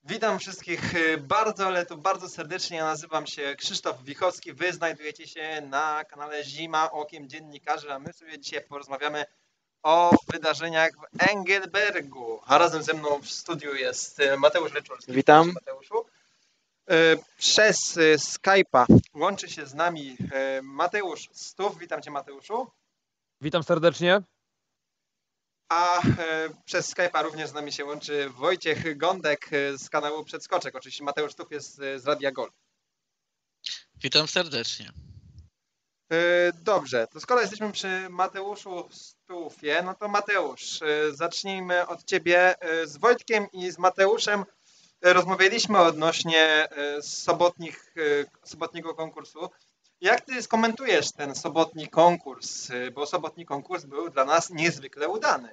Witam wszystkich bardzo, ale to bardzo serdecznie. Ja nazywam się Krzysztof Wichowski. Wy znajdujecie się na kanale Zima Okiem Dziennikarzy, a my sobie dzisiaj porozmawiamy o wydarzeniach w Engelbergu. A razem ze mną w studiu jest Mateusz Leczulski. Witam. Cześć, Mateuszu. Przez Skype'a łączy się z nami Mateusz Stów. Witam Cię, Mateuszu. Witam serdecznie. A przez Skype'a również z nami się łączy Wojciech Gądek z kanału Przedskoczek. Oczywiście Mateusz Stuf jest z Radia Gol. Witam serdecznie. Dobrze, to skoro jesteśmy przy Mateuszu Stufie, no to Mateusz, zacznijmy od Ciebie. Z Wojtkiem i z Mateuszem rozmawialiśmy odnośnie sobotniego konkursu. Jak Ty skomentujesz ten sobotni konkurs? Bo sobotni konkurs był dla nas niezwykle udany.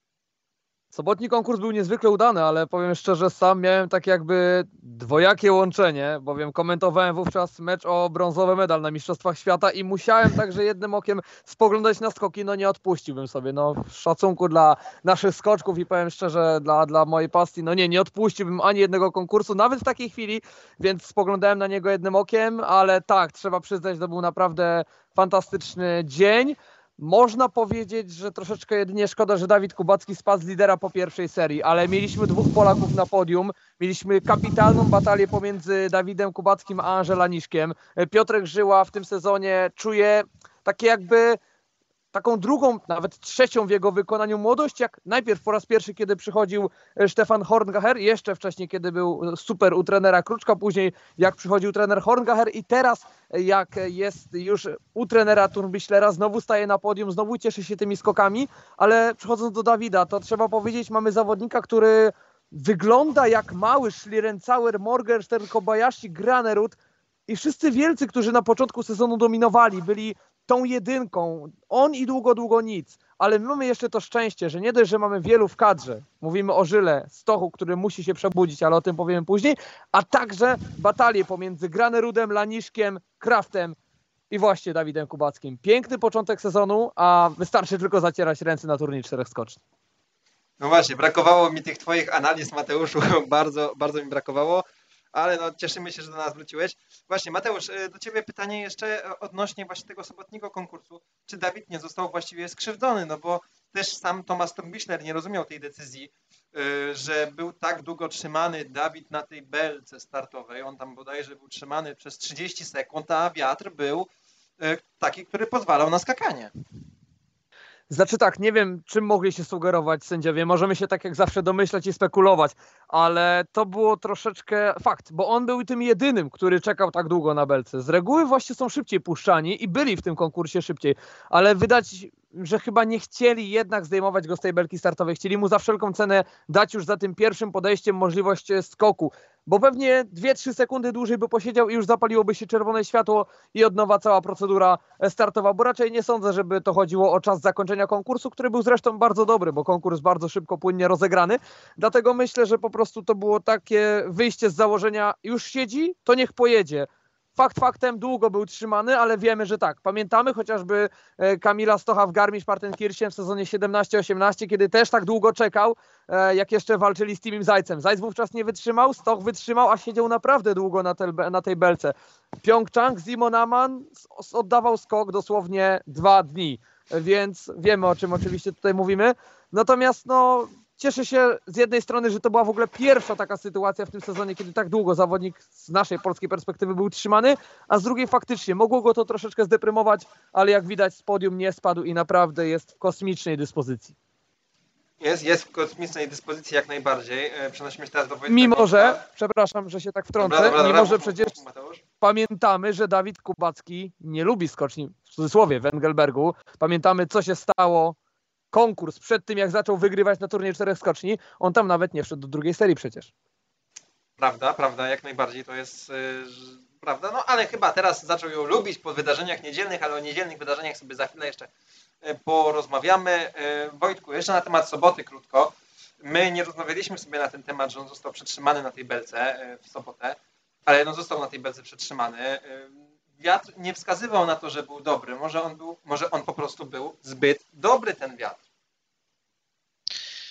Sobotni konkurs był niezwykle udany, ale powiem szczerze, sam miałem tak jakby dwojakie łączenie, bowiem komentowałem wówczas mecz o brązowy medal na Mistrzostwach Świata i musiałem także jednym okiem spoglądać na skoki, no nie odpuściłbym sobie, no w szacunku dla naszych skoczków i powiem szczerze, dla mojej pasji, no nie odpuściłbym ani jednego konkursu, nawet w takiej chwili, więc spoglądałem na niego jednym okiem, ale tak, trzeba przyznać, to był naprawdę fantastyczny dzień. Można powiedzieć, że troszeczkę jedynie szkoda, że Dawid Kubacki spadł z lidera po pierwszej serii, ale mieliśmy dwóch Polaków na podium, mieliśmy kapitalną batalię pomiędzy Dawidem Kubackim a Anżelaniszkiem. Piotrek Żyła w tym sezonie czuje takie jakby taką drugą, nawet trzecią w jego wykonaniu młodość, jak najpierw po raz pierwszy, kiedy przychodził Stefan Horngacher, jeszcze wcześniej, kiedy był super u trenera Kruczka, później jak przychodził trener Horngacher i teraz jak jest już u trenera Turnbichlera, znowu staje na podium, znowu cieszy się tymi skokami, ale przechodząc do Dawida, to trzeba powiedzieć, mamy zawodnika, który wygląda jak mały Schlierenzauer, Morgenstern, Kobayashi, Granerud i wszyscy wielcy, którzy na początku sezonu dominowali, byli tą jedynką, on i długo nic, ale my mamy jeszcze to szczęście, że nie dość, że mamy wielu w kadrze, mówimy o Żyle, Stochu, który musi się przebudzić, ale o tym powiemy później, a także batalię pomiędzy Granerudem, Laniszkiem, Kraftem i właśnie Dawidem Kubackim. Piękny początek sezonu, a wystarczy tylko zacierać ręce na turniej 4 skoczni. No właśnie, brakowało mi tych Twoich analiz, Mateuszu, bardzo mi brakowało. Ale no, cieszymy się, że do nas wróciłeś. Właśnie, Mateusz, do Ciebie pytanie jeszcze odnośnie właśnie tego sobotniego konkursu. Czy Dawid nie został właściwie skrzywdzony? No bo też sam Thomas Turnbichler nie rozumiał tej decyzji, że był tak długo trzymany Dawid na tej belce startowej. On tam bodajże był trzymany przez 30 sekund, a wiatr był taki, który pozwalał na skakanie. Znaczy tak, nie wiem, czym mogli się sugerować sędziowie, możemy się tak jak zawsze domyślać i spekulować, ale to było troszeczkę fakt, bo on był tym jedynym, który czekał tak długo na belce. Z reguły właśnie są szybciej puszczani i byli w tym konkursie szybciej, ale widać, że chyba nie chcieli jednak zdejmować go z tej belki startowej, chcieli mu za wszelką cenę dać już za tym pierwszym podejściem możliwość skoku, bo pewnie 2-3 sekundy dłużej by posiedział i już zapaliłoby się czerwone światło i od nowa cała procedura startowa, bo raczej nie sądzę, żeby to chodziło o czas zakończenia konkursu, który był zresztą bardzo dobry, bo konkurs bardzo szybko, płynnie rozegrany, dlatego myślę, że po prostu to było takie wyjście z założenia, już siedzi, to niech pojedzie. Fakt faktem długo był trzymany, ale wiemy, że tak. Pamiętamy chociażby Kamila Stocha w Garmisch-Partenkirchen w sezonie 17-18, kiedy też tak długo czekał, jak jeszcze walczyli z Timim Zajcem. Zajc wówczas nie wytrzymał, Stoch wytrzymał, a siedział naprawdę długo na tej belce. Pyeongchang, Simon Aman oddawał skok dosłownie 2 dni, więc wiemy, o czym oczywiście tutaj mówimy. Natomiast no, cieszę się z jednej strony, że to była w ogóle pierwsza taka sytuacja w tym sezonie, kiedy tak długo zawodnik z naszej polskiej perspektywy był trzymany, a z drugiej faktycznie mogło go to troszeczkę zdeprymować, ale jak widać z podium nie spadł i naprawdę jest w kosmicznej dyspozycji. Jest w kosmicznej dyspozycji jak najbardziej. Przenosimy się teraz do Wojtka. Mimo, że, przepraszam, że się tak wtrącę, mimo, że przecież Mateusz. pamiętamy, że Dawid Kubacki nie lubi skoczni, w cudzysłowie, w Engelbergu. Pamiętamy, co się stało, konkurs przed tym, jak zaczął wygrywać na turniej 4 skoczni. On tam nawet nie wszedł do drugiej serii przecież. Prawda, jak najbardziej to jest prawda. No ale chyba teraz zaczął ją lubić po wydarzeniach niedzielnych, ale o niedzielnych wydarzeniach sobie za chwilę jeszcze porozmawiamy. Wojtku, jeszcze na temat soboty krótko. My nie rozmawialiśmy sobie na ten temat, że on został przetrzymany na tej belce w sobotę, ale no został na tej belce przetrzymany. Wiatr nie wskazywał na to, że był dobry. Może on po prostu był zbyt dobry, ten wiatr.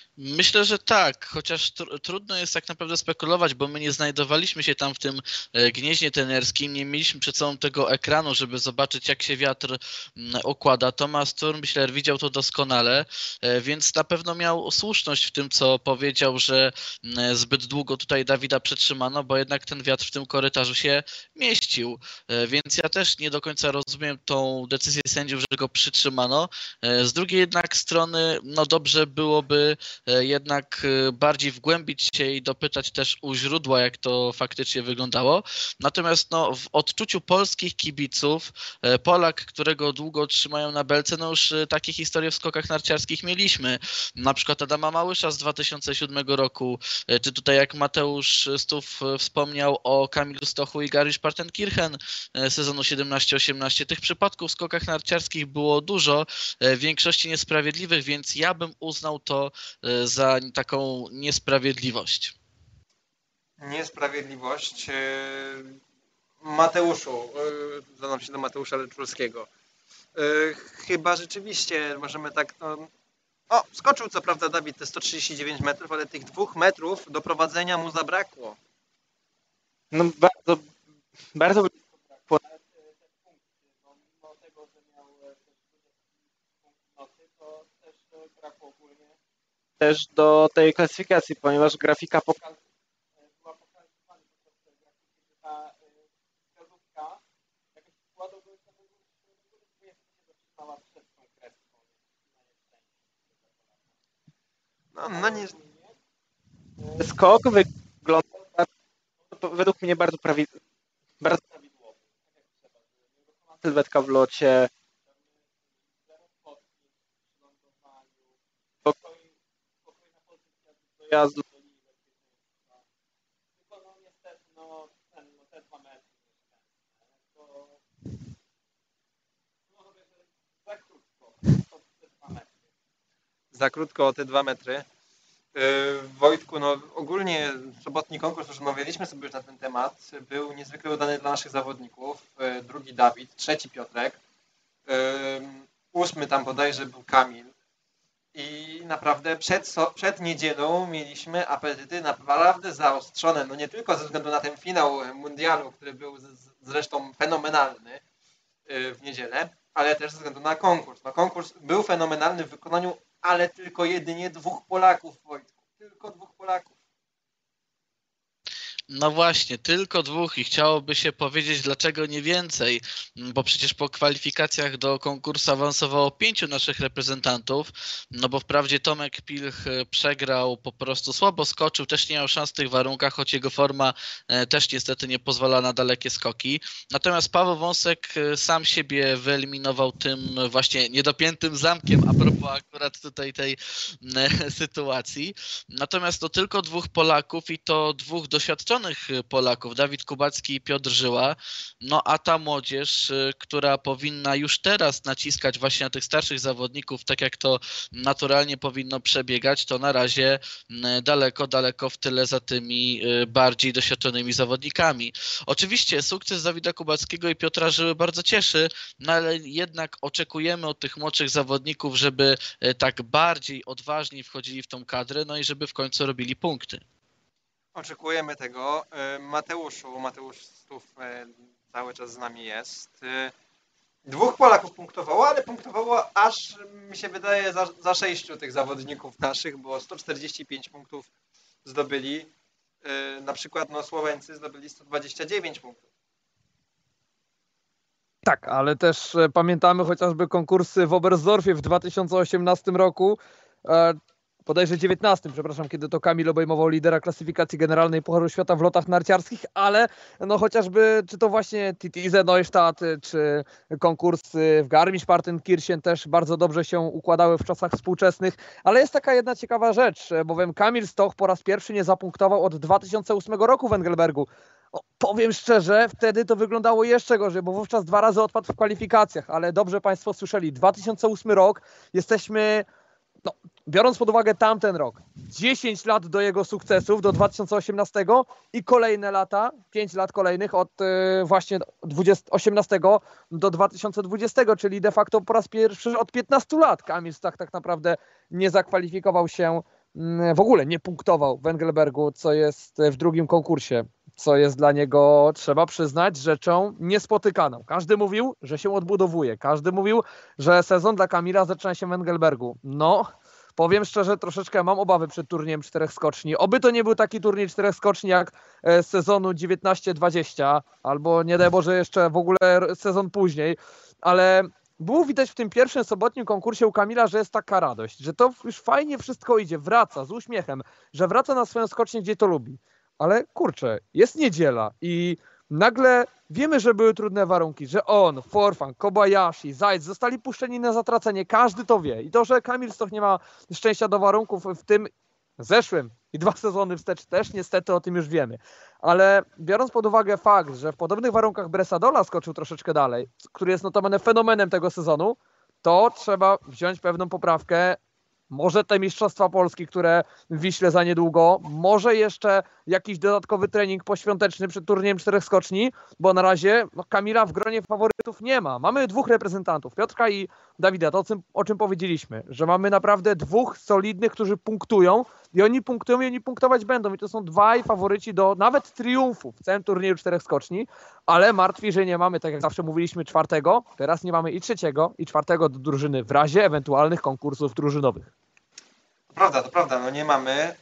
Myślę, że tak, chociaż trudno jest tak naprawdę spekulować, bo my nie znajdowaliśmy się tam w tym gnieźnie trenerskim, nie mieliśmy przed sobą tego ekranu, żeby zobaczyć, jak się wiatr układa. Thomas Thurmbichler widział to doskonale, więc na pewno miał słuszność w tym, co powiedział, że zbyt długo tutaj Dawida przetrzymano, bo jednak ten wiatr w tym korytarzu się mieścił. Więc ja też nie do końca rozumiem tą decyzję sędziów, że go przytrzymano. Z drugiej jednak strony, no dobrze byłoby jednak bardziej wgłębić się i dopytać też u źródła, jak to faktycznie wyglądało. Natomiast no, w odczuciu polskich kibiców Polak, którego długo trzymają na belce, no już takie historie w skokach narciarskich mieliśmy. Na przykład Adama Małysza z 2007 roku, czy tutaj jak Mateusz Stów wspomniał o Kamilu Stochu i Garmisch-Partenkirchen sezonu 17-18. Tych przypadków w skokach narciarskich było dużo, w większości niesprawiedliwych, więc ja bym uznał to za taką niesprawiedliwość. Niesprawiedliwość. Mateuszu, zadam się do Mateusza Leczulskiego. Chyba rzeczywiście możemy tak... skoczył co prawda Dawid te 139 metrów, ale tych 2 metrów do prowadzenia mu zabrakło. No bardzo, bardzo blisko brakło. Nawet te punkty, no, mimo tego, że miał też punkt nocy, to też brakło ogólnie też do tej klasyfikacji, ponieważ grafika była pokazywana podczas tej grafiki, że ta wskazówka jakaś była do końca się zatrzymała przed tą kreską. No nie... Skok wyglądał według mnie bardzo prawidłowo. Sylwetka w locie, spokojna pozycja dojazdu do linii bezpieczeństwa. Tylko no niestety te 2 metry to za krótko te 2 metry. Za krótko o te 2 metry. Wojtku, no ogólnie sobotni konkurs, już rozmawialiśmy sobie już na ten temat, był niezwykle udany dla naszych zawodników. 2. Dawid, 3. Piotrek, 8. tam bodajże był Kamil. I naprawdę przed niedzielą mieliśmy apetyty naprawdę zaostrzone. No nie tylko ze względu na ten finał mundialu, który był zresztą fenomenalny w niedzielę, ale też ze względu na konkurs. No konkurs był fenomenalny w wykonaniu, ale tylko jedynie 2 Polaków, Wojtku. Tylko 2 Polaków. No właśnie, tylko 2 i chciałoby się powiedzieć, dlaczego nie więcej, bo przecież po kwalifikacjach do konkursu awansowało 5 naszych reprezentantów, no bo wprawdzie Tomek Pilch przegrał, po prostu słabo skoczył, też nie miał szans w tych warunkach, choć jego forma też niestety nie pozwala na dalekie skoki. Natomiast Paweł Wąsek sam siebie wyeliminował tym właśnie niedopiętym zamkiem, a propos akurat tutaj tej sytuacji. Natomiast to tylko 2 Polaków i to 2 doświadczonych Polaków, Dawid Kubacki i Piotr Żyła, no a ta młodzież, która powinna już teraz naciskać właśnie na tych starszych zawodników, tak jak to naturalnie powinno przebiegać, to na razie daleko w tyle za tymi bardziej doświadczonymi zawodnikami. Oczywiście sukces Dawida Kubackiego i Piotra Żyły bardzo cieszy, no ale jednak oczekujemy od tych młodszych zawodników, żeby tak bardziej odważniej wchodzili w tą kadrę, no i żeby w końcu robili punkty. Oczekujemy tego. Mateusz Stów cały czas z nami jest. 2 Polaków punktowało, ale punktowało aż, mi się wydaje, za 6 tych zawodników naszych, bo 145 punktów zdobyli. Na przykład Słoweńcy zdobyli 129 punktów. Tak, ale też pamiętamy chociażby konkursy w Oberstdorfie w 2018 roku. Bodajże 19, przepraszam, kiedy to Kamil obejmował lidera klasyfikacji generalnej Pucharu Świata w lotach narciarskich, ale no chociażby, czy to właśnie Titize Neustadt, czy konkursy w Garmisch-Partenkirchen też bardzo dobrze się układały w czasach współczesnych, ale jest taka jedna ciekawa rzecz, bowiem Kamil Stoch po raz pierwszy nie zapunktował od 2008 roku w Engelbergu. Powiem szczerze, wtedy to wyglądało jeszcze gorzej, bo wówczas 2 razy odpadł w kwalifikacjach, ale dobrze Państwo słyszeli, 2008 rok, jesteśmy... No, biorąc pod uwagę tamten rok, 10 lat do jego sukcesów, do 2018 i kolejne lata, 5 lat kolejnych od właśnie 18 do 2020, czyli de facto po raz pierwszy od 15 lat Kamil Stach tak naprawdę nie zakwalifikował się w ogóle nie punktował w Engelbergu, co jest w drugim konkursie, co jest dla niego, trzeba przyznać, rzeczą niespotykaną. Każdy mówił, że się odbudowuje, każdy mówił, że sezon dla Kamila zaczyna się w Engelbergu. No, powiem szczerze, troszeczkę mam obawy przed turniejem 4 skoczni. Oby to nie był taki turniej 4 skoczni jak z sezonu 19-20, albo nie daj Boże jeszcze w ogóle sezon później, ale było widać w tym pierwszym sobotnim konkursie u Kamila, że jest taka radość, że to już fajnie wszystko idzie, wraca z uśmiechem, że wraca na swoją skocznię, gdzie to lubi. Ale kurczę, jest niedziela i nagle wiemy, że były trudne warunki, że on, Forfang, Kobayashi, Zajc zostali puszczeni na zatracenie, każdy to wie. I to, że Kamil Stoch nie ma szczęścia do warunków w tym zeszłym i 2 sezony wstecz też, niestety o tym już wiemy. Ale biorąc pod uwagę fakt, że w podobnych warunkach Bresadola skoczył troszeczkę dalej, który jest notabene fenomenem tego sezonu, to trzeba wziąć pewną poprawkę. Może te Mistrzostwa Polski, które w Wiśle za niedługo, może jeszcze jakiś dodatkowy trening poświąteczny przed turniejem 4 skoczni, bo na razie Kamila w gronie faworytów nie ma. Mamy 2 reprezentantów, Piotrka i Dawida, to o czym powiedzieliśmy, że mamy naprawdę 2 solidnych, którzy punktują i oni punktują i oni punktować będą. I to są 2 faworyci do nawet triumfu w całym turnieju 4 skoczni, ale martwi, że nie mamy, tak jak zawsze mówiliśmy, 4, teraz nie mamy i 3 i 4 do drużyny w razie ewentualnych konkursów drużynowych. To prawda, no nie mamy.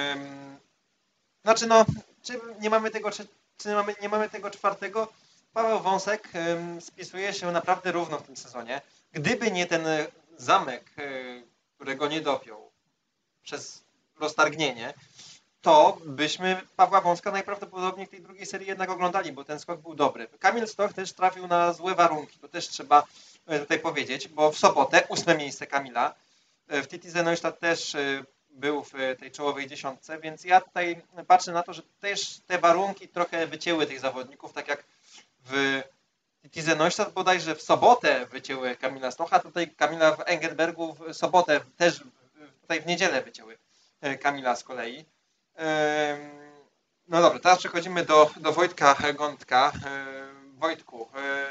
Znaczy no, czy nie mamy tego, nie mamy tego 4? Paweł Wąsek spisuje się naprawdę równo w tym sezonie. Gdyby nie ten zamek, którego nie dopiął przez roztargnienie, to byśmy Pawła Wąska najprawdopodobniej w tej drugiej serii jednak oglądali, bo ten skok był dobry. Kamil Stoch też trafił na złe warunki, to też trzeba tutaj powiedzieć, bo w sobotę 8. miejsce Kamila, w TT Neustadt też był w tej czołowej 10, więc ja tutaj patrzę na to, że też te warunki trochę wycięły tych zawodników, tak jak w TT Neustadt bodajże w sobotę wycięły Kamila Stocha, tutaj Kamila w Engelbergu w sobotę, też tutaj w niedzielę wycięły Kamila z kolei. No dobra, teraz przechodzimy do Wojtka Gądka. Wojtku,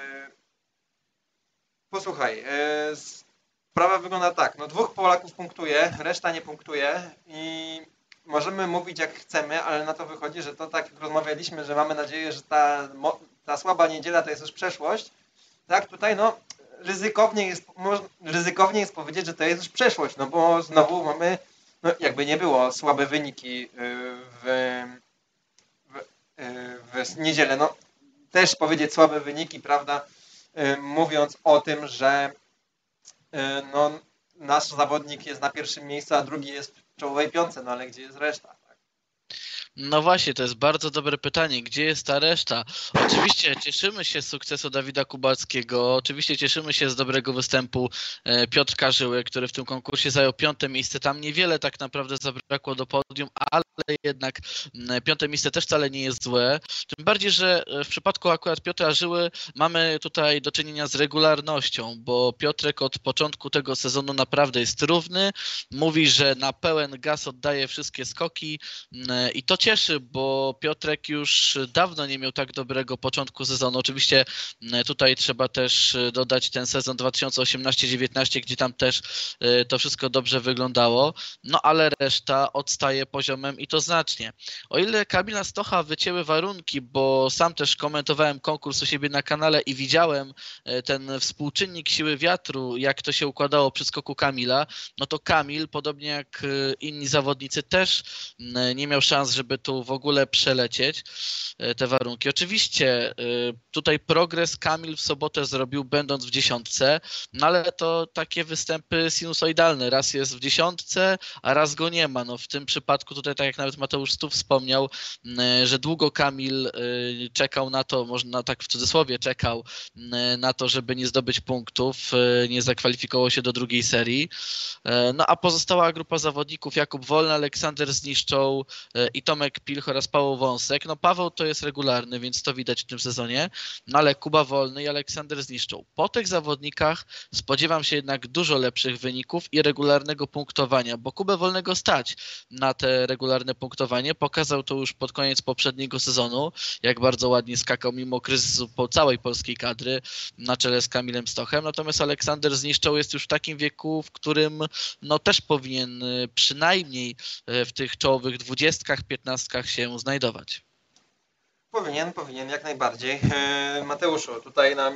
posłuchaj, sprawa wygląda tak, no 2 Polaków punktuje, reszta nie punktuje i możemy mówić jak chcemy, ale na to wychodzi, że to tak jak rozmawialiśmy, że mamy nadzieję, że ta słaba niedziela to jest już przeszłość. Tak, tutaj no ryzykownie jest powiedzieć, że to jest już przeszłość, no bo znowu mamy, no jakby nie było, słabe wyniki w niedzielę. No też powiedzieć słabe wyniki, prawda, mówiąc o tym, że no, nasz zawodnik jest na 1. miejscu, a drugi jest w czołowej 5, no ale gdzie jest reszta? Tak? No właśnie, to jest bardzo dobre pytanie. Gdzie jest ta reszta? Oczywiście cieszymy się z sukcesu Dawida Kubalskiego, oczywiście cieszymy się z dobrego występu Piotrka Żyły, który w tym konkursie zajął 5. miejsce. Tam niewiele tak naprawdę zabrakło do podium, ale jednak 5. miejsce też wcale nie jest złe. Tym bardziej, że w przypadku akurat Piotra Żyły mamy tutaj do czynienia z regularnością, bo Piotrek od początku tego sezonu naprawdę jest równy. Mówi, że na pełen gaz oddaje wszystkie skoki i to cieszy, bo Piotrek już dawno nie miał tak dobrego początku sezonu. Oczywiście tutaj trzeba też dodać ten sezon 2018-19, gdzie tam też to wszystko dobrze wyglądało, no ale reszta odstaje poziomem i to znacznie. O ile Kamila Stocha wycięły warunki, bo sam też komentowałem konkurs u siebie na kanale i widziałem ten współczynnik siły wiatru, jak to się układało przy skoku Kamila, no to Kamil, podobnie jak inni zawodnicy, też nie miał szans, żeby tu w ogóle przelecieć te warunki. Oczywiście tutaj progres Kamil w sobotę zrobił, będąc w 10, no ale to takie występy sinusoidalne. Raz jest w 10, a raz go nie ma. No w tym przypadku tutaj, tak jak nawet Mateusz Stuf wspomniał, że długo Kamil czekał na to, można tak w cudzysłowie czekał na to, żeby nie zdobyć punktów, nie zakwalifikował się do drugiej serii. No a pozostała grupa zawodników, Jakub Wolny, Aleksander Zniszczą i Tomek Tomek Pilch oraz Paweł Wąsek. No Paweł to jest regularny, więc to widać w tym sezonie, no ale Kuba Wolny i Aleksander Zniszczą. Po tych zawodnikach spodziewam się jednak dużo lepszych wyników i regularnego punktowania, bo Kubę Wolnego stać na te regularne punktowanie. Pokazał to już pod koniec poprzedniego sezonu, jak bardzo ładnie skakał mimo kryzysu po całej polskiej kadry na czele z Kamilem Stochem. Natomiast Aleksander Zniszczą jest już w takim wieku, w którym no też powinien przynajmniej w tych czołowych 20, 15 się znajdować. Powinien, jak najbardziej. Mateuszu, tutaj nam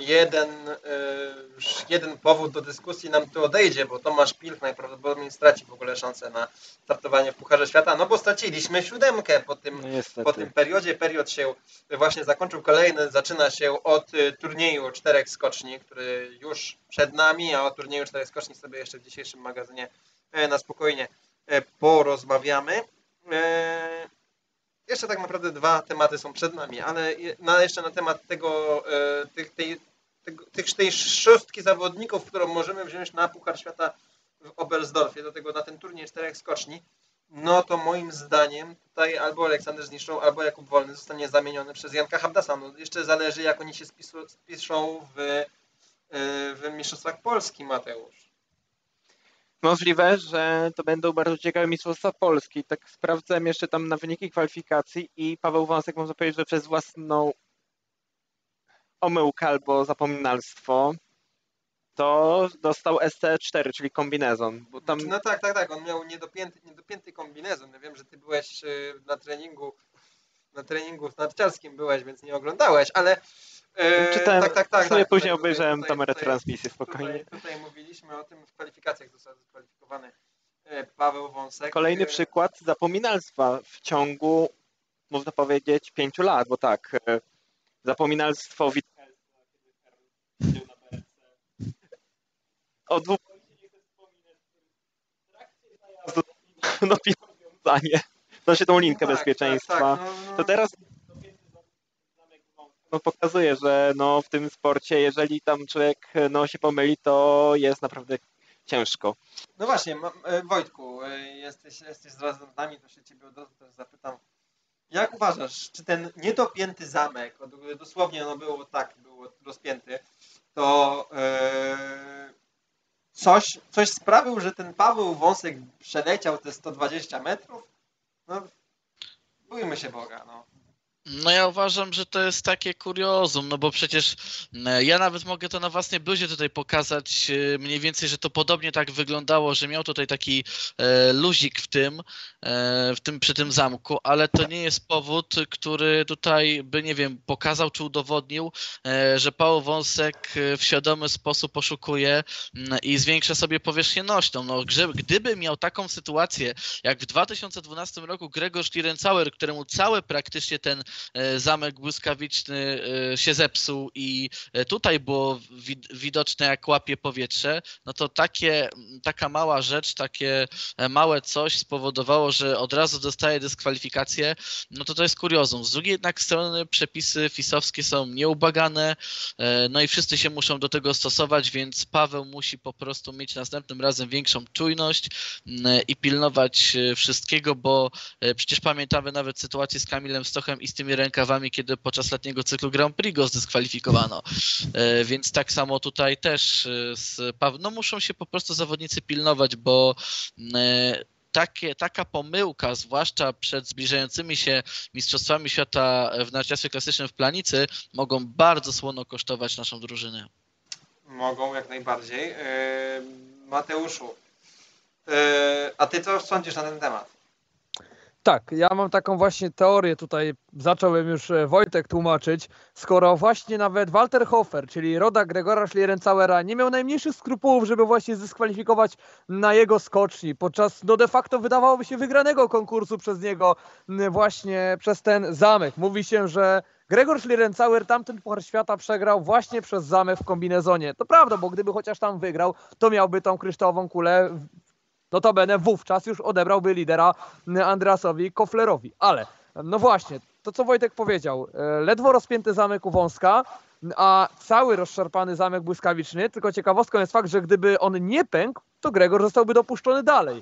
jeden powód do dyskusji nam tu odejdzie, bo Tomasz Pilch najprawdopodobniej straci w ogóle szansę na startowanie w Pucharze Świata, no bo straciliśmy 7 po tym periodzie. Period się właśnie zakończył, kolejny zaczyna się od turnieju 4 skoczni, który już przed nami, a o turnieju 4 skoczni sobie jeszcze w dzisiejszym magazynie na spokojnie porozmawiamy. Jeszcze tak naprawdę 2 tematy są przed nami, ale jeszcze na temat tej 6 zawodników, którą możemy wziąć na Puchar Świata w Oberstdorfie, do tego na ten turniej 4 skoczni, no to moim zdaniem tutaj albo Aleksander Zniszczą, albo Jakub Wolny zostanie zamieniony przez Janka Habdasa. No jeszcze zależy, jak oni się spiszą w Mistrzostwach Polski, Mateusz. Możliwe, że to będą bardzo ciekawe Mistrzostwa Polski. Tak sprawdzam jeszcze tam na wyniki kwalifikacji i Paweł Wąsek, można powiedzieć, że przez własną omyłkę albo zapominalstwo to dostał SC4, czyli kombinezon. Bo tam... No tak. On miał niedopięty kombinezon. Ja wiem, że ty byłeś na treningu narciarskim byłeś, więc nie oglądałeś, ale czytałem, tak. Sobie później obejrzałem tam retransmisję spokojnie. Tutaj mówiliśmy o tym, w kwalifikacjach został dyskwalifikowany Paweł Wąsek. Kolejny przykład zapominalstwa w ciągu, można powiedzieć, 5 lat, bo tak, zapominalstwo Withelsa, kiedy na BRC. O dwóch nie chcę wspominać, w trakcie zajazdu dopinał wiązanie, znaczy tą linkę bezpieczeństwa. To teraz pokazuje, że w tym sporcie, jeżeli tam człowiek się pomyli, to jest naprawdę ciężko. No właśnie, Wojtku, jesteś zaraz z nami, to się ciebie od razu też zapytam. Jak uważasz, czy ten niedopięty zamek, dosłownie było rozpięty, to coś sprawił, że ten Paweł Wąsek przeleciał te 120 metrów? No, bójmy się Boga, no. No ja uważam, że to jest takie kuriozum, no bo przecież ja nawet mogę to na własnej bluzie tutaj pokazać mniej więcej, że to podobnie tak wyglądało, że miał tutaj taki luzik przy tym zamku, ale to nie jest powód, który tutaj by, nie wiem, pokazał czy udowodnił, że Paweł Wąsek w świadomy sposób oszukuje i zwiększa sobie powierzchnię nośną. No, gdyby miał taką sytuację, jak w 2012 roku Grzegorz Schlierencauer, któremu cały praktycznie ten zamek błyskawiczny się zepsuł i tutaj było widoczne, jak łapie powietrze, no to taka mała rzecz, takie małe coś spowodowało, że od razu dostaje dyskwalifikację, no to jest kuriozum. Z drugiej jednak strony przepisy FIS-owskie są nieubagane, no i wszyscy się muszą do tego stosować, więc Paweł musi po prostu mieć następnym razem większą czujność i pilnować wszystkiego, bo przecież pamiętamy nawet sytuację z Kamilem Stochem i z tymi rękawami, kiedy podczas letniego cyklu Grand Prix go zdyskwalifikowano. Więc tak samo tutaj też no muszą się po prostu zawodnicy pilnować, bo taka pomyłka, zwłaszcza przed zbliżającymi się Mistrzostwami Świata w narciarstwie klasycznym w Planicy, mogą bardzo słono kosztować naszą drużynę. Mogą, jak najbardziej. Mateuszu, a ty co sądzisz na ten temat? Tak, ja mam taką właśnie teorię tutaj, zacząłem już Wojtek tłumaczyć, skoro właśnie nawet Walter Hofer, czyli rodak Gregora Schlierencauera, nie miał najmniejszych skrupułów, żeby właśnie zdyskwalifikować na jego skoczni, podczas de facto wydawałoby się wygranego konkursu przez niego właśnie przez ten zamek. Mówi się, że Gregor Schlierencauer tamten Puchar Świata przegrał właśnie przez zamek w kombinezonie. To prawda, bo gdyby chociaż tam wygrał, to miałby tą kryształową kulę. Notabene wówczas już odebrałby lidera Andreasowi Koflerowi. Ale, no właśnie, to co Wojtek powiedział, ledwo rozpięty zamek u Wąska, a cały rozszarpany zamek błyskawiczny, tylko ciekawostką jest fakt, że gdyby on nie pękł, to Gregor zostałby dopuszczony dalej.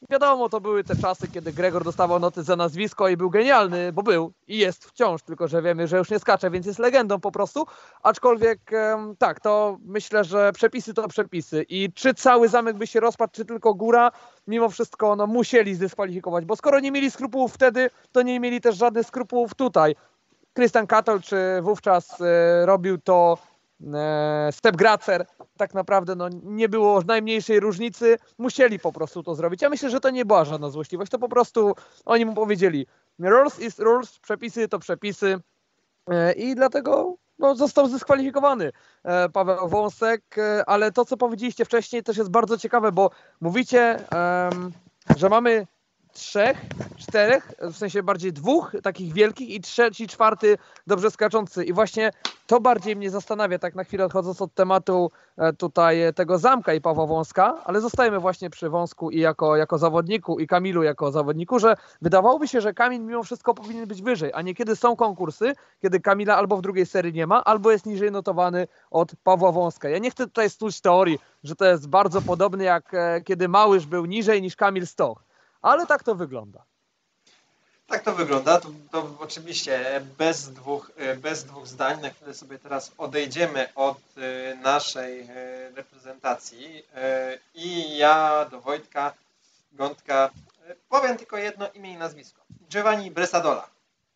wiadomo, to były te czasy, kiedy Gregor dostawał noty za nazwisko i był genialny, bo był i jest wciąż, tylko że wiemy, że już nie skacze, więc jest legendą po prostu. Aczkolwiek tak, to myślę, że przepisy to przepisy i czy cały zamek by się rozpadł, czy tylko góra, mimo wszystko no, musieli zdyskwalifikować, bo skoro nie mieli skrupułów wtedy, to nie mieli też żadnych skrupułów tutaj. Christian Katol, czy wówczas robił to Step Gracer, tak naprawdę no, nie było najmniejszej różnicy, musieli po prostu to zrobić. Ja myślę, że to nie była żadna złośliwość, to po prostu oni mu powiedzieli rules is rules, przepisy to przepisy i dlatego no, został zdyskwalifikowany Paweł Wąsek, ale to co powiedzieliście wcześniej też jest bardzo ciekawe, bo mówicie, że mamy 3, 4, w sensie bardziej 2 takich wielkich i 3, 4 dobrze skaczący i właśnie to bardziej mnie zastanawia, tak na chwilę odchodząc od tematu tutaj tego zamka i Pawła Wąska, ale zostajemy właśnie przy Wąsku i jako zawodniku i Kamilu jako zawodniku, że wydawałoby się, że Kamil mimo wszystko powinien być wyżej, a niekiedy są konkursy, kiedy Kamila albo w drugiej serii nie ma, albo jest niżej notowany od Pawła Wąska. Ja nie chcę tutaj snuć teorii, że to jest bardzo podobne jak kiedy Małysz był niżej niż Kamil Stoch. Ale tak to wygląda. Tak to wygląda. To oczywiście bez dwóch zdań, na chwilę sobie teraz odejdziemy od naszej reprezentacji i ja do Wojtka Gądka powiem tylko jedno imię i nazwisko. Giovanni Bresadola.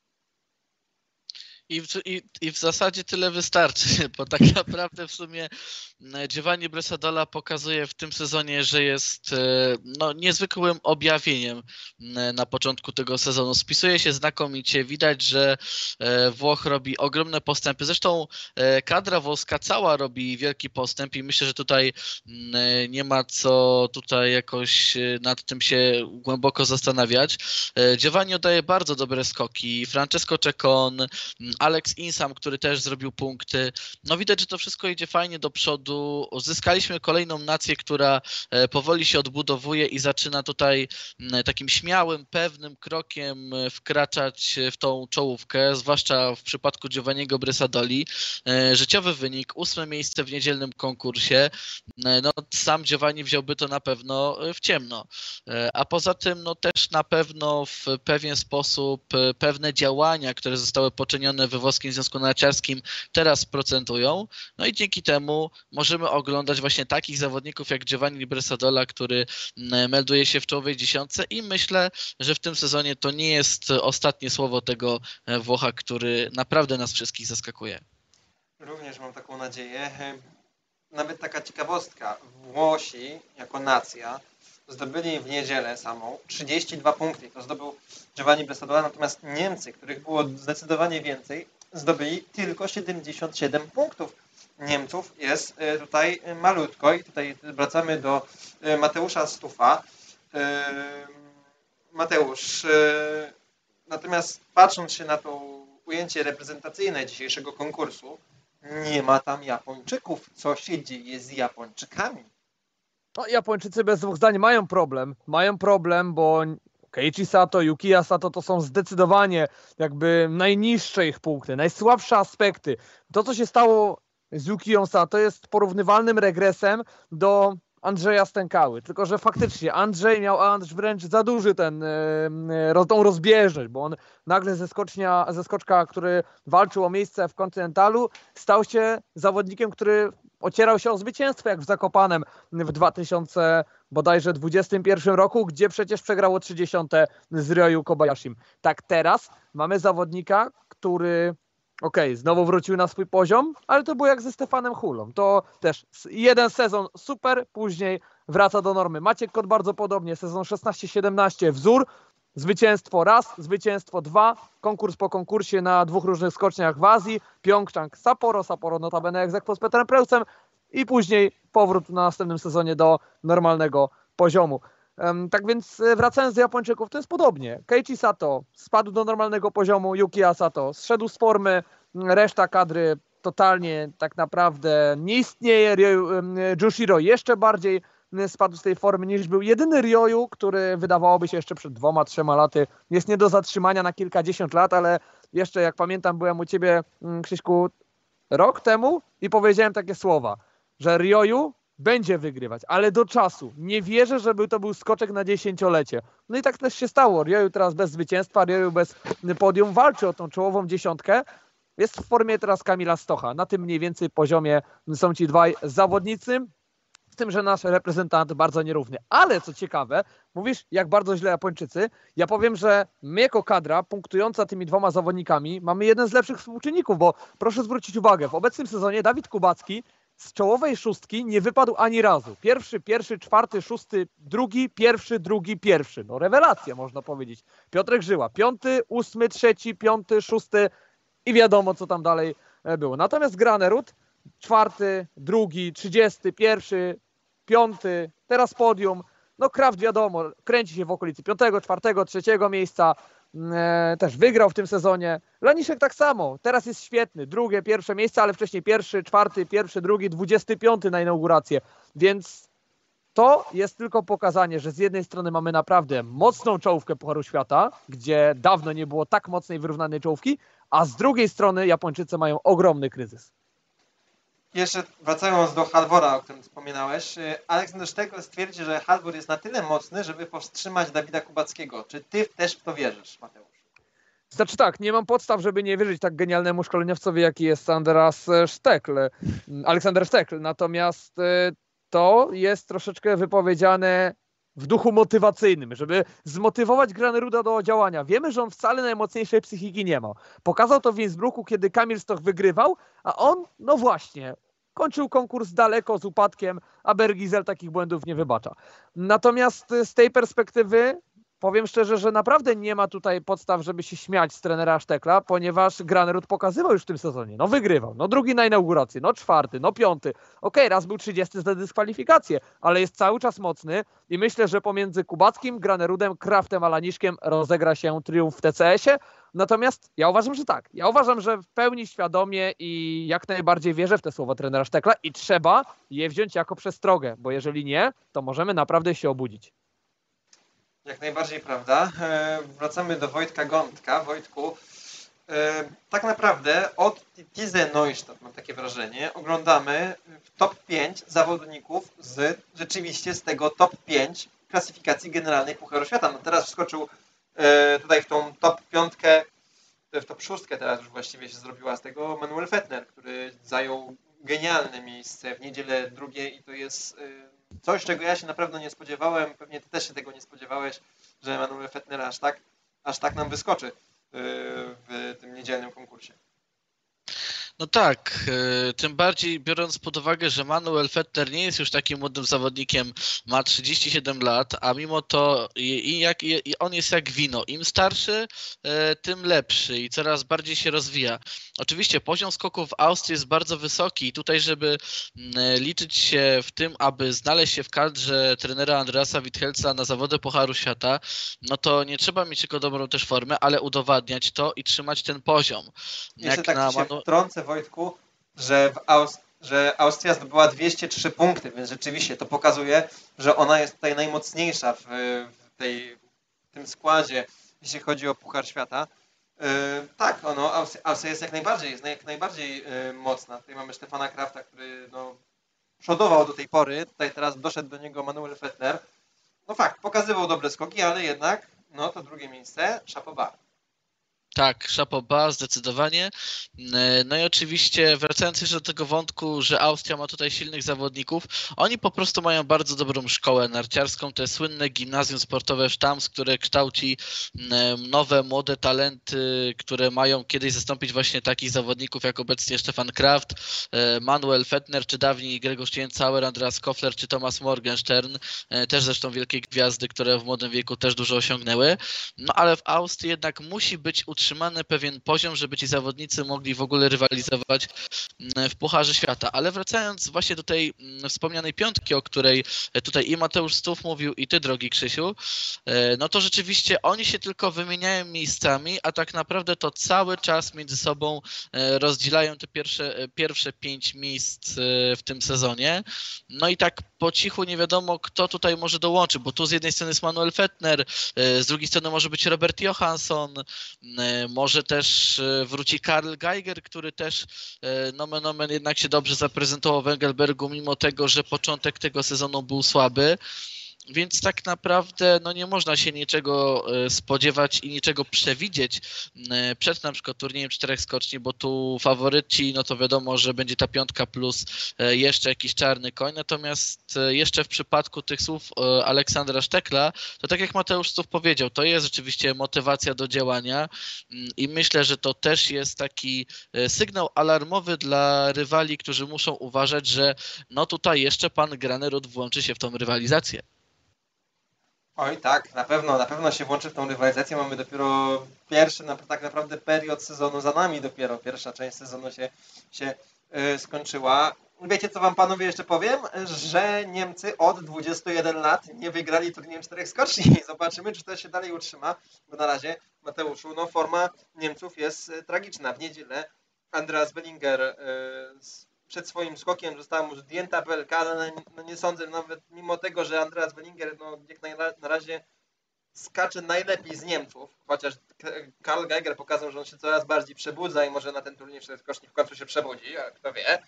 I w zasadzie tyle wystarczy, bo tak naprawdę w sumie Giovanni Bresadola pokazuje w tym sezonie, że jest no, niezwykłym objawieniem na początku tego sezonu. Spisuje się znakomicie, widać, że Włoch robi ogromne postępy. Zresztą kadra włoska cała robi wielki postęp i myślę, że tutaj nie ma co tutaj jakoś nad tym się głęboko zastanawiać. Giovanni oddaje bardzo dobre skoki. Francesco Ceccon, Alex Insam, który też zrobił punkty. No widać, że to wszystko idzie fajnie do przodu. Zyskaliśmy kolejną nację, która powoli się odbudowuje i zaczyna tutaj takim śmiałym, pewnym krokiem wkraczać w tą czołówkę, zwłaszcza w przypadku Giovanniego Bresadoli. Życiowy wynik, 8. miejsce w niedzielnym konkursie. No, sam Giovanni wziąłby to na pewno w ciemno. A poza tym no, też na pewno w pewien sposób pewne działania, które zostały poczynione we Włoskim Związku Narciarskim teraz procentują. No i dzięki temu możemy oglądać właśnie takich zawodników jak Giovanni Bresadola, który melduje się w czołowej dziesiątce i myślę, że w tym sezonie to nie jest ostatnie słowo tego Włocha, który naprawdę nas wszystkich zaskakuje. Również mam taką nadzieję. Nawet taka ciekawostka. Włosi jako nacja zdobyli w niedzielę samą 32 punkty. To zdobył Giovanni Bresadola, natomiast Niemcy, których było zdecydowanie więcej, zdobyli tylko 77 punktów. Niemców jest tutaj malutko i tutaj wracamy do Mateusza Stufa. Mateusz, natomiast patrząc się na to ujęcie reprezentacyjne dzisiejszego konkursu, nie ma tam Japończyków. Co się dzieje z Japończykami? No, Japończycy bez 2 zdań mają problem. Mają problem, bo Keiichi Sato, Yukiya Sato to są zdecydowanie jakby najniższe ich punkty, najsłabsze aspekty. To, co się stało z Yukiją Sato jest porównywalnym regresem do Andrzeja Stękały. Tylko że faktycznie Andrzej miał wręcz za duży tą rozbieżność, bo on nagle ze skoczka, który walczył o miejsce w Kontynentalu, stał się zawodnikiem, który ocierał się o zwycięstwo, jak w Zakopanem w 2021 roku, gdzie przecież przegrało 30 z Ryoyu Kobayashim. Tak teraz mamy zawodnika, który znowu wrócił na swój poziom, ale to było jak ze Stefanem Hulą. To też jeden sezon super, później wraca do normy. Maciek Kot bardzo podobnie, sezon 16-17 wzór, zwycięstwo raz, zwycięstwo 2, konkurs po konkursie na 2 różnych skoczniach w Azji, Pjongczang, Sapporo notabene jak z Petrem Preusem i później powrót na następnym sezonie do normalnego poziomu. Tak więc wracając do Japończyków, to jest podobnie. Keiichi Sato spadł do normalnego poziomu, Yukiya Sato zszedł z formy, reszta kadry totalnie tak naprawdę nie istnieje. Jushiro jeszcze bardziej spadł z tej formy niż był. Jedyny Ryoyu, który wydawałoby się jeszcze przed 2-3 laty jest nie do zatrzymania na kilkadziesiąt lat, ale jeszcze jak pamiętam byłem u Ciebie, Krzyśku, rok temu i powiedziałem takie słowa, że Ryoyu będzie wygrywać, ale do czasu. Nie wierzę, żeby to był skoczek na 10-lecie. No i tak też się stało. Rioju teraz bez zwycięstwa, Rioju bez podium walczy o tą czołową dziesiątkę. Jest w formie teraz Kamila Stocha. Na tym mniej więcej poziomie są ci dwaj zawodnicy. Z tym, że nasz reprezentant bardzo nierówny. Ale co ciekawe, mówisz, jak bardzo źle Japończycy. Ja powiem, że my jako kadra punktująca tymi dwoma zawodnikami mamy jeden z lepszych współczynników, bo proszę zwrócić uwagę, w obecnym sezonie Dawid Kubacki z czołowej szóstki nie wypadł ani razu. Pierwszy, czwarty, szósty, drugi, pierwszy. No rewelacja, można powiedzieć. Piotrek Żyła, 5., 8., 3., 5., 6. i wiadomo, co tam dalej było. Natomiast Granerud 4., 2., 31., 5., teraz podium. No Kraft wiadomo, kręci się w okolicy 5., 4., 3. miejsca. Też wygrał w tym sezonie. Laniszek tak samo, teraz jest świetny. 2., 1. miejsce, ale wcześniej 1., 4., 1., 2., 25. na inaugurację. Więc to jest tylko pokazanie, że z jednej strony mamy naprawdę mocną czołówkę Pucharu Świata, gdzie dawno nie było tak mocnej, wyrównanej czołówki, a z drugiej strony Japończycy mają ogromny kryzys. Jeszcze wracając do Halvora, o którym wspominałeś, Aleksander Sztegel stwierdzi, że Halvor jest na tyle mocny, żeby powstrzymać Dawida Kubackiego. Czy ty też w to wierzysz, Mateusz? Znaczy tak, nie mam podstaw, żeby nie wierzyć tak genialnemu szkoleniowcowi, jaki jest Aleksander Sztekl. Natomiast to jest troszeczkę wypowiedziane w duchu motywacyjnym, żeby zmotywować Graneruda do działania. Wiemy, że on wcale najmocniejszej psychiki nie ma. Pokazał to w Innsbrucku, kiedy Kamil Stoch wygrywał, a on, no właśnie, kończył konkurs daleko z upadkiem, a Bergizel takich błędów nie wybacza. Natomiast z tej perspektywy powiem szczerze, że naprawdę nie ma tutaj podstaw, żeby się śmiać z trenera Sztekla, ponieważ Granerud pokazywał już w tym sezonie. No wygrywał, no 2. na inaugurację, no 4., no 5. Okej, raz był 30. za dyskwalifikację, ale jest cały czas mocny i myślę, że pomiędzy Kubackim, Granerudem, Kraftem a Laniszkiem rozegra się triumf w TCS-ie. Natomiast ja uważam, że tak. Ja uważam, że w pełni świadomie i jak najbardziej wierzę w te słowa trenera Sztekla i trzeba je wziąć jako przestrogę, bo jeżeli nie, to możemy naprawdę się obudzić. Jak najbardziej prawda. Wracamy do Wojtka Gądka. Wojtku, tak naprawdę od Tize Neustadt, mam takie wrażenie, oglądamy top 5 zawodników rzeczywiście z tego top 5 klasyfikacji generalnej Pucharu Świata. No teraz wskoczył tutaj w tą top 5, w top 6 teraz już właściwie się zrobiła z tego Manuel Fettner, który zajął genialne miejsce w niedzielę drugie i to jest coś, czego ja się na pewno nie spodziewałem, pewnie ty też się tego nie spodziewałeś, że Manuel Fettner aż tak nam wyskoczy w tym niedzielnym konkursie. No tak, tym bardziej biorąc pod uwagę, że Manuel Fettner nie jest już takim młodym zawodnikiem, ma 37 lat, a mimo to i on jest jak wino. Im starszy, tym lepszy i coraz bardziej się rozwija. Oczywiście poziom skoków w Austrii jest bardzo wysoki i tutaj, żeby liczyć się w tym, aby znaleźć się w kadrze trenera Andreasa Withelsa na zawody Pucharu Świata, no to nie trzeba mieć tylko dobrą też formę, ale udowadniać to i trzymać ten poziom. Jeszcze tak się wtrącę, Wojtku, że Austria zdobyła 203 punkty, więc rzeczywiście to pokazuje, że ona jest tutaj najmocniejsza w tym składzie, jeśli chodzi o Puchar Świata. Tak, Austria jest jak najbardziej mocna. Tutaj mamy Stefana Krafta, który przodował do tej pory. Tutaj teraz doszedł do niego Manuel Fettner. No fakt, pokazywał dobre skoki, ale jednak to drugie miejsce, chapeau bas. Tak, chapeau bas, zdecydowanie. No i oczywiście wracając jeszcze do tego wątku, że Austria ma tutaj silnych zawodników, oni po prostu mają bardzo dobrą szkołę narciarską, te słynne gimnazjum sportowe Stams, które kształci nowe, młode talenty, które mają kiedyś zastąpić właśnie takich zawodników jak obecnie Stefan Kraft, Manuel Fettner, czy dawniej Gregor Stienzauer, Andreas Koffler, czy Thomas Morgenstern, też zresztą wielkie gwiazdy, które w młodym wieku też dużo osiągnęły. No ale w Austrii jednak musi być utrzymany pewien poziom, żeby ci zawodnicy mogli w ogóle rywalizować w Pucharze Świata. Ale wracając właśnie do tej wspomnianej piątki, o której tutaj i Mateusz Stuf mówił, i ty, drogi Krzysiu, no to rzeczywiście oni się tylko wymieniają miejscami, a tak naprawdę to cały czas między sobą rozdzielają te pierwsze 5 miejsc w tym sezonie. No i tak po cichu nie wiadomo, kto tutaj może dołączyć, bo tu z jednej strony jest Manuel Fettner, z drugiej strony może być Robert Johansson, Może też wróci Karl Geiger, który też nomen omen jednak się dobrze zaprezentował w Engelbergu, mimo tego, że początek tego sezonu był słaby. Więc tak naprawdę no nie można się niczego spodziewać i niczego przewidzieć przed na przykład turniejem 4 skoczni, bo tu faworyci, no to wiadomo, że będzie ta 5 plus jeszcze jakiś czarny koń. Natomiast jeszcze w przypadku tych słów Aleksandra Sztekla, to tak jak Mateusz Stów powiedział, to jest rzeczywiście motywacja do działania i myślę, że to też jest taki sygnał alarmowy dla rywali, którzy muszą uważać, że no tutaj jeszcze pan Granerud włączy się w tą rywalizację. Oj tak, na pewno się włączy w tą rywalizację. Mamy dopiero pierwszy, tak naprawdę period sezonu za nami dopiero. Pierwsza część sezonu się skończyła. Wiecie co wam panowie jeszcze powiem? Że Niemcy od 21 lat nie wygrali turnieju 4 skoczni. Zobaczymy, czy to się dalej utrzyma, bo na razie, Mateuszu, no forma Niemców jest tragiczna. W niedzielę Andreas Wellinger przed swoim skokiem została mu zdjęta belka, ale no nie sądzę, nawet mimo tego, że Andreas Wellinger no, jak na razie skacze najlepiej z Niemców, chociaż Karl Geiger pokazał, że on się coraz bardziej przebudza i może na ten turniej skoczni w końcu się przebudzi, kto wie.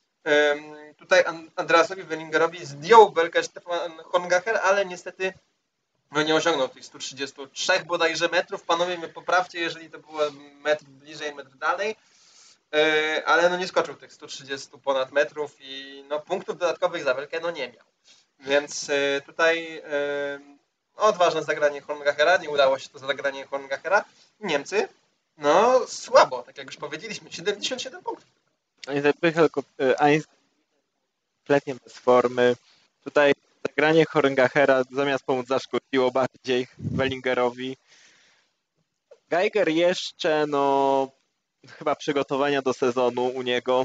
Tutaj Andreasowi Wellingerowi zdjął belkę Stefan Horngacher, ale niestety no nie osiągnął tych 133 bodajże metrów. Panowie mnie poprawcie, jeżeli to było metr bliżej, metr dalej. Ale no nie skoczył tych 130 ponad metrów i no punktów dodatkowych za belkę no nie miał. Więc tutaj odważne zagranie Horngachera, nie udało się to zagranie Horngachera. Niemcy, no słabo, tak jak już powiedzieliśmy, 77 punktów. Ani kompletnie bez formy. Tutaj zagranie Horngachera zamiast pomóc zaszkodziło bardziej Wellingerowi. Geiger jeszcze, no chyba przygotowania do sezonu u niego.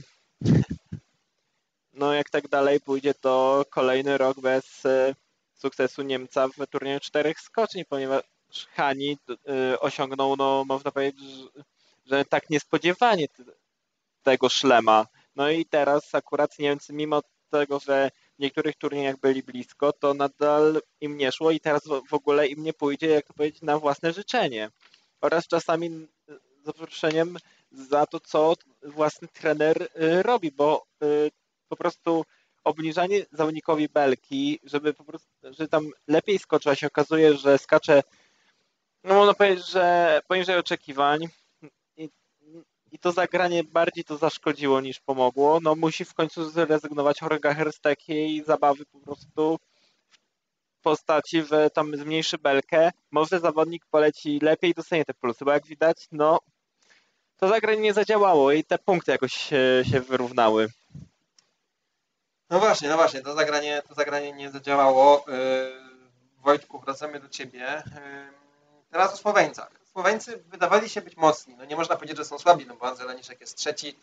No jak tak dalej pójdzie, to kolejny rok bez sukcesu Niemca w turnieju 4 skoczni, ponieważ Hani osiągnął, no można powiedzieć, że tak niespodziewanie tego szlema. No i teraz akurat Niemcy, mimo tego, że w niektórych turniejach byli blisko, to nadal im nie szło i teraz w ogóle im nie pójdzie, jak to powiedzieć, na własne życzenie. Oraz czasami z zaproszeniem za to, co własny trener robi, bo po prostu obniżanie zawodnikowi belki, żeby po prostu, że tam lepiej skoczył, a się okazuje, że skacze, no można powiedzieć, że poniżej oczekiwań i to zagranie bardziej to zaszkodziło niż pomogło. No musi w końcu zrezygnować Horngacher z takiej zabawy po prostu w postaci, że tam zmniejszy belkę, może zawodnik poleci lepiej i dostanie te plusy, bo jak widać, no to zagranie nie zadziałało i te punkty jakoś się wyrównały. No właśnie, to zagranie nie zadziałało. Wojtku, wracamy do ciebie. Teraz o Słoweńcach. Słoweńcy wydawali się być mocni. No nie można powiedzieć, że są słabi, no bo Andrzej Laniszek jest trzeci.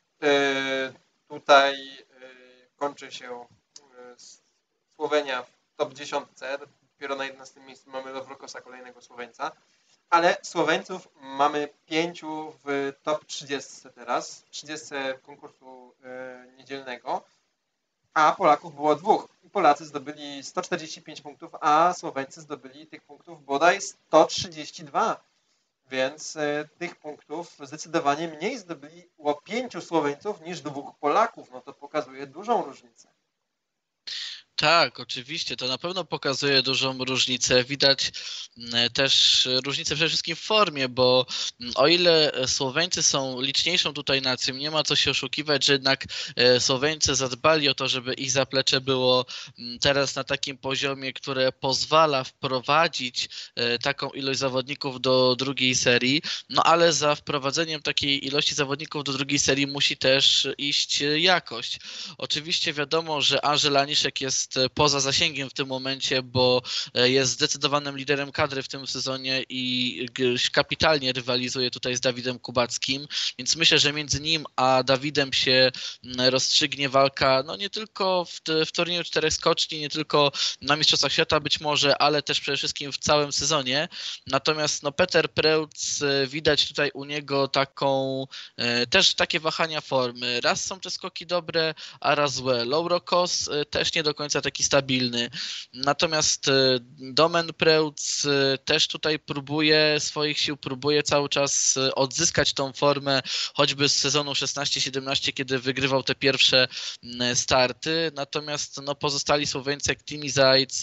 Tutaj kończy się Słowenia w top 10. Dopiero na 11 miejscu mamy Lowrokosa, kolejnego Słoweńca. Ale Słoweńców mamy 5 w top 30 teraz. 30 konkursu niedzielnego. A Polaków było 2. I Polacy zdobyli 145 punktów, a Słoweńcy zdobyli tych punktów bodaj 132. Więc tych punktów zdecydowanie mniej zdobyło 5 Słoweńców niż 2 Polaków. No to pokazuje dużą różnicę. Tak, oczywiście, to na pewno pokazuje dużą różnicę. Widać też różnicę przede wszystkim w formie, bo o ile Słoweńcy są liczniejszą tutaj nacją, nie ma co się oszukiwać, że jednak Słoweńcy zadbali o to, żeby ich zaplecze było teraz na takim poziomie, które pozwala wprowadzić taką ilość zawodników do drugiej serii, no ale za wprowadzeniem takiej ilości zawodników do drugiej serii musi też iść jakość. Oczywiście wiadomo, że Andrzej Laniszek jest poza zasięgiem w tym momencie, bo jest zdecydowanym liderem kadry w tym sezonie i kapitalnie rywalizuje tutaj z Dawidem Kubackim, więc myślę, że między nim a Dawidem się rozstrzygnie walka, no nie tylko w turnieju 4 skoczni, nie tylko na Mistrzostwach Świata być może, ale też przede wszystkim w całym sezonie. Natomiast no, Peter Preutz, widać tutaj u niego też takie wahania formy. Raz są te skoki dobre, a raz złe. Lowrokos też nie do końca zawodnica taki stabilny. Natomiast Domen Preutz też tutaj próbuje swoich sił, próbuje cały czas odzyskać tą formę, choćby z sezonu 16-17, kiedy wygrywał te pierwsze starty. Natomiast no, pozostali Słoweńcy jak Timi Zajc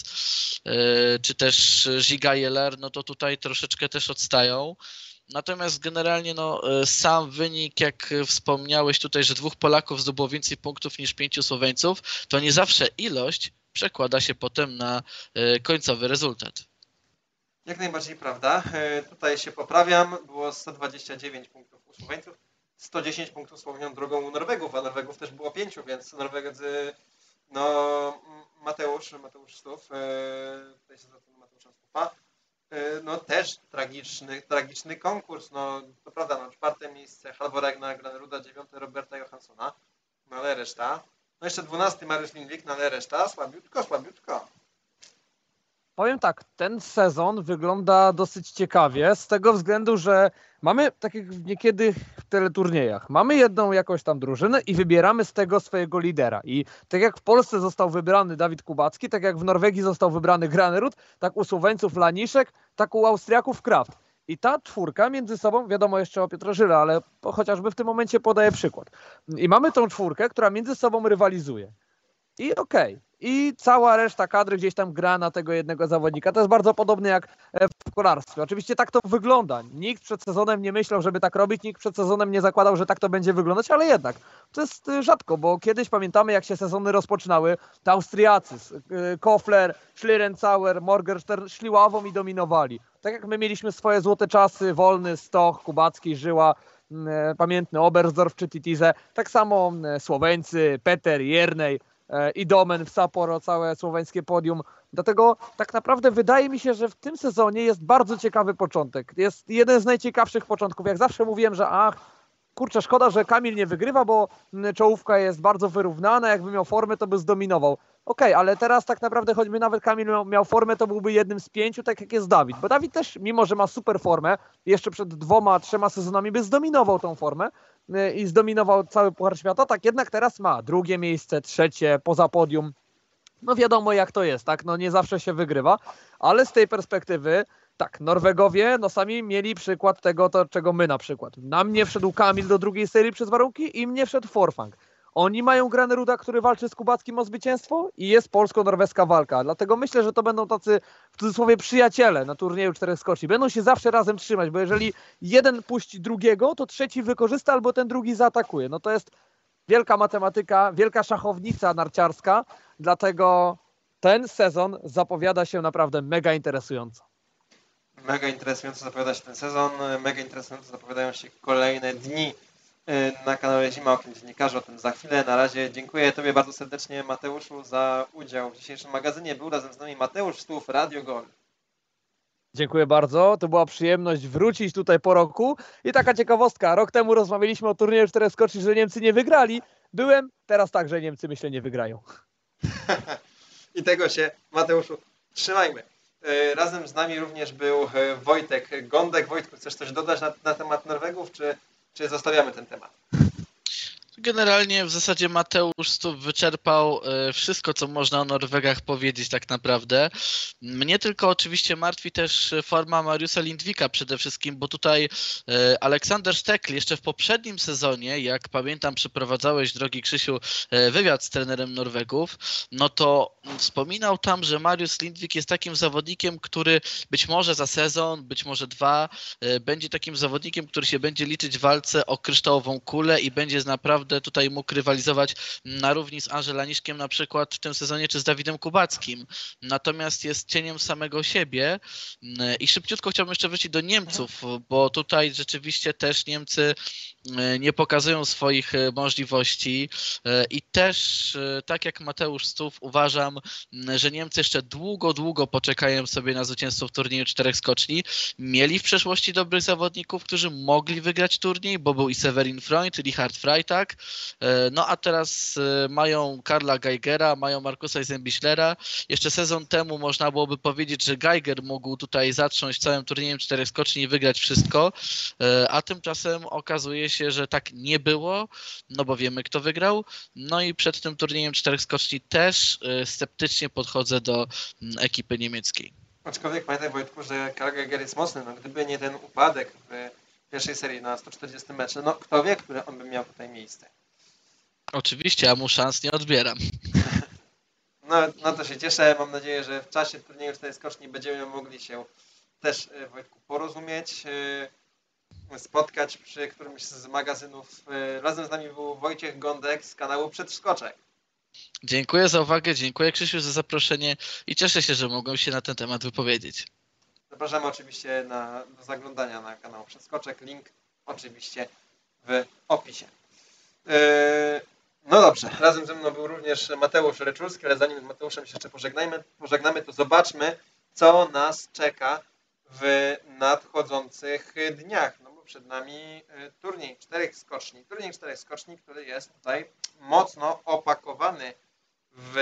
czy też Žiga Jeler, no to tutaj troszeczkę też odstają. Natomiast generalnie no, sam wynik, jak wspomniałeś tutaj, że 2 Polaków zdobyło więcej punktów niż 5 Słoweńców, to nie zawsze ilość przekłada się potem na końcowy rezultat. Jak najbardziej prawda. Tutaj się poprawiam. Było 129 punktów u Słoweńców, 110 punktów swoją drogą u Norwegów, a Norwegów też było 5, więc Norwegzy, no Mateusz Stów, tutaj się zwracam do Mateusza Stufa, no też tragiczny konkurs, no to prawda, no 4. miejsce Halvor Egner Granerud, 9. Roberta Johanssona, no ale reszta, no jeszcze 12. Mariusz Lindvik, no ale reszta słabiutko. Powiem tak, ten sezon wygląda dosyć ciekawie z tego względu, że mamy, tak jak niekiedy w teleturniejach, mamy jedną jakąś tam drużynę i wybieramy z tego swojego lidera. I tak jak w Polsce został wybrany Dawid Kubacki, tak jak w Norwegii został wybrany Granerud, tak u Słoweńców Laniszek, tak u Austriaków Kraft. I ta czwórka między sobą, wiadomo jeszcze o Piotrze Żyle, ale chociażby w tym momencie podaję przykład. I mamy tą czwórkę, która między sobą rywalizuje. I okej. I cała reszta kadry gdzieś tam gra na tego jednego zawodnika. To jest bardzo podobne jak w kolarstwie. Oczywiście tak to wygląda. Nikt przed sezonem nie myślał, żeby tak robić, nikt przed sezonem nie zakładał, że tak to będzie wyglądać, ale jednak to jest rzadko, bo kiedyś pamiętamy, jak się sezony rozpoczynały, to Austriacy, Kofler, Schlierenzauer, Morgenstern szli ławą i dominowali. Tak jak my mieliśmy swoje złote czasy, Wolny, Stoch, Kubacki, Żyła, pamiętny Oberstdorf czy Titize, tak samo Słoweńcy, Peter, Jernej i Domen w Sapporo, całe słoweńskie podium. Dlatego tak naprawdę wydaje mi się, że w tym sezonie jest bardzo ciekawy początek. Jest jeden z najciekawszych początków. Jak zawsze mówiłem, że kurczę, szkoda, że Kamil nie wygrywa, bo czołówka jest bardzo wyrównana. Jakby miał formę, to by zdominował. Okej, ale teraz tak naprawdę, choćby nawet Kamil miał formę, to byłby jednym z 5, tak jak jest Dawid. Bo Dawid też, mimo że ma super formę, jeszcze przed 2-3 sezonami by zdominował tą formę i zdominował cały Puchar Świata, tak jednak teraz ma 2. miejsce, 3. poza podium. No wiadomo jak to jest, tak? No nie zawsze się wygrywa, ale z tej perspektywy tak, Norwegowie no sami mieli przykład tego, czego my na przykład. Nam nie wszedł Kamil do 2. serii przez warunki, im nie wszedł Forfang. Oni mają Graneruda, który walczy z Kubackim o zwycięstwo i jest polsko-norweska walka. Dlatego myślę, że to będą tacy, w cudzysłowie, przyjaciele na turnieju 4 skoczni. Będą się zawsze razem trzymać, bo jeżeli jeden puści drugiego, to trzeci wykorzysta albo ten drugi zaatakuje. No to jest wielka matematyka, wielka szachownica narciarska, dlatego ten sezon zapowiada się naprawdę mega interesująco. Mega interesująco zapowiada się ten sezon, mega interesująco zapowiadają się kolejne dni na kanale Zima Okiem Dziennikarzy, o tym za chwilę. Na razie dziękuję Tobie bardzo serdecznie, Mateuszu, za udział w dzisiejszym magazynie. Był razem z nami Mateusz Stów, Radio Gol. Dziękuję bardzo, to była przyjemność wrócić tutaj po roku. I taka ciekawostka, rok temu rozmawialiśmy o turnieju 4 skoczni, że Niemcy nie wygrali. Byłem, teraz także Niemcy myślę nie wygrają. I tego się, Mateuszu, trzymajmy. Razem z nami również był Wojtek Gądek. Wojtku, chcesz coś dodać na temat Norwegów, czy zostawiamy ten temat? Generalnie w zasadzie Mateusz Stów wyczerpał wszystko, co można o Norwegach powiedzieć tak naprawdę. Mnie tylko oczywiście martwi też forma Mariusa Lindvika przede wszystkim, bo tutaj Aleksander Stekl jeszcze w poprzednim sezonie, jak pamiętam, przeprowadzałeś, drogi Krzysiu, wywiad z trenerem Norwegów, no to wspominał tam, że Marius Lindvik jest takim zawodnikiem, który być może za sezon, być może 2, będzie takim zawodnikiem, który się będzie liczyć w walce o kryształową kulę i będzie naprawdę tutaj mógł rywalizować na równi z Andrzej Laniszkiem na przykład w tym sezonie, czy z Dawidem Kubackim. Natomiast jest cieniem samego siebie i szybciutko chciałbym jeszcze wrócić do Niemców, bo tutaj rzeczywiście też Niemcy nie pokazują swoich możliwości i też tak jak Mateusz Stów uważam, że Niemcy jeszcze długo poczekają sobie na zwycięstwo w turnieju 4 skoczni. Mieli w przeszłości dobrych zawodników, którzy mogli wygrać turniej, bo był i Severin Freund, i Richard Freitag, No a teraz mają Karla Geigera, mają Markusa Eisenbichlera. Jeszcze sezon temu można byłoby powiedzieć, że Geiger mógł tutaj zacząć całym turniejem 4 skoczni i wygrać wszystko, a tymczasem okazuje się, że tak nie było, no bo wiemy, kto wygrał. No i przed tym turniejem 4 skoczni też sceptycznie podchodzę do ekipy niemieckiej. Aczkolwiek pamiętaj, Wojtku, że Karl Geiger jest mocny. No, gdyby nie ten upadek w pierwszej serii na 140 meczu, no kto wie, które on by miał tutaj miejsce. Oczywiście, ja mu szans nie odbieram. No to się cieszę. Mam nadzieję, że w czasie turnieju 4 skoczni będziemy mogli się też, Wojtku, porozumieć, spotkać przy którymś z magazynów. Razem z nami był Wojciech Gądek z kanału Przedskoczek. Dziękuję za uwagę, dziękuję Krzysiu za zaproszenie i cieszę się, że mogłem się na ten temat wypowiedzieć. Zapraszamy oczywiście do zaglądania na kanał Przeskoczek. Link oczywiście w opisie. No dobrze, razem ze mną był również Mateusz Reczulski, ale zanim z Mateuszem się jeszcze pożegnamy, to zobaczmy, co nas czeka w nadchodzących dniach. No bo przed nami turniej 4 skoczni. Turniej 4 skoczni, który jest tutaj mocno opakowany w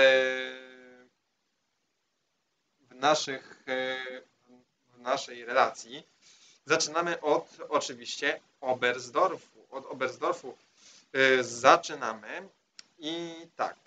naszej relacji. Zaczynamy od oczywiście Oberstdorfu. Od Oberstdorfu zaczynamy i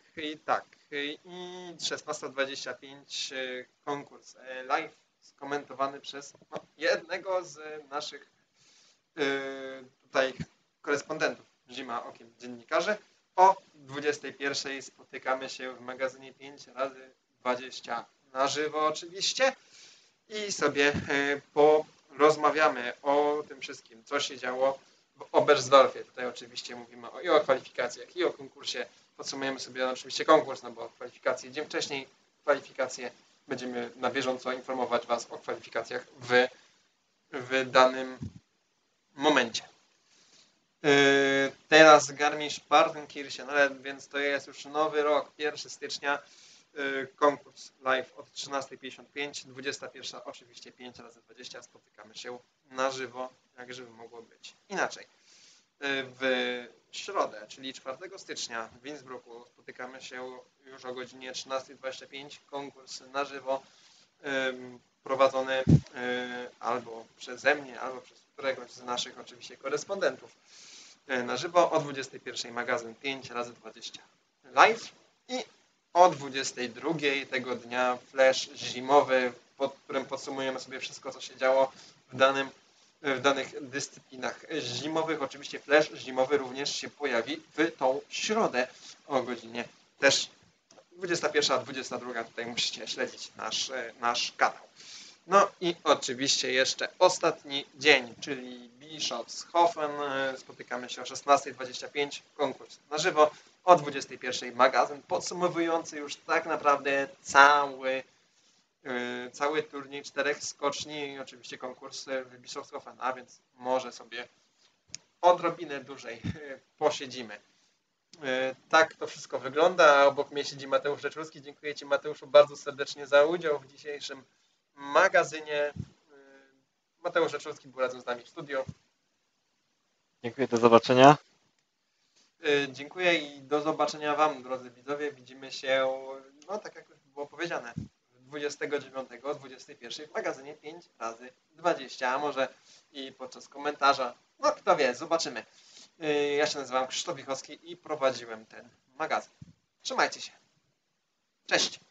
16:25 konkurs live skomentowany przez jednego z naszych tutaj korespondentów Zima Okiem Dziennikarzy. O 21:00 spotykamy się w magazynie 5x20 na żywo oczywiście i sobie porozmawiamy o tym wszystkim, co się działo w Oberstdorfie. Tutaj oczywiście mówimy i o kwalifikacjach, i o konkursie. Podsumujemy sobie oczywiście konkurs, no bo kwalifikacje dzień wcześniej, kwalifikacje będziemy na bieżąco informować Was o kwalifikacjach w danym momencie. Teraz Garmisch-Partenkirchen, więc to jest już nowy rok, 1 stycznia. Konkurs live od 13:55, 21:00 oczywiście 5x20 spotykamy się na żywo, jak żeby mogło być inaczej. W środę, czyli 4 stycznia w Innsbrucku spotykamy się już o godzinie 13:25, konkurs na żywo prowadzony albo przeze mnie, albo przez któregoś z naszych oczywiście korespondentów na żywo. O 21:00 magazyn 5x20 live i o 22:00 tego dnia flash zimowy, pod którym podsumujemy sobie wszystko, co się działo w danych dyscyplinach zimowych. Oczywiście flash zimowy również się pojawi w tą środę o godzinie też 21, 22. Tutaj musicie śledzić nasz kanał. No i oczywiście jeszcze ostatni dzień, czyli Bischofshofen. Spotykamy się o 16:25, konkurs na żywo. O 21:00 magazyn podsumowujący już tak naprawdę cały turniej 4 skoczni i oczywiście konkurs w Bischofshofen, a więc może sobie odrobinę dłużej posiedzimy. Tak to wszystko wygląda, a obok mnie siedzi Mateusz Reczulski. Dziękuję Ci, Mateuszu, bardzo serdecznie za udział w dzisiejszym magazynie. Mateusz Reczulski był razem z nami w studio. Dziękuję, do zobaczenia. Dziękuję i do zobaczenia Wam, drodzy widzowie. Widzimy się, no tak jak już było powiedziane, 29 o 21 w magazynie 5x20, a może i podczas komentarza. No kto wie, zobaczymy. Ja się nazywam Krzysztof Wichowski i prowadziłem ten magazyn. Trzymajcie się. Cześć.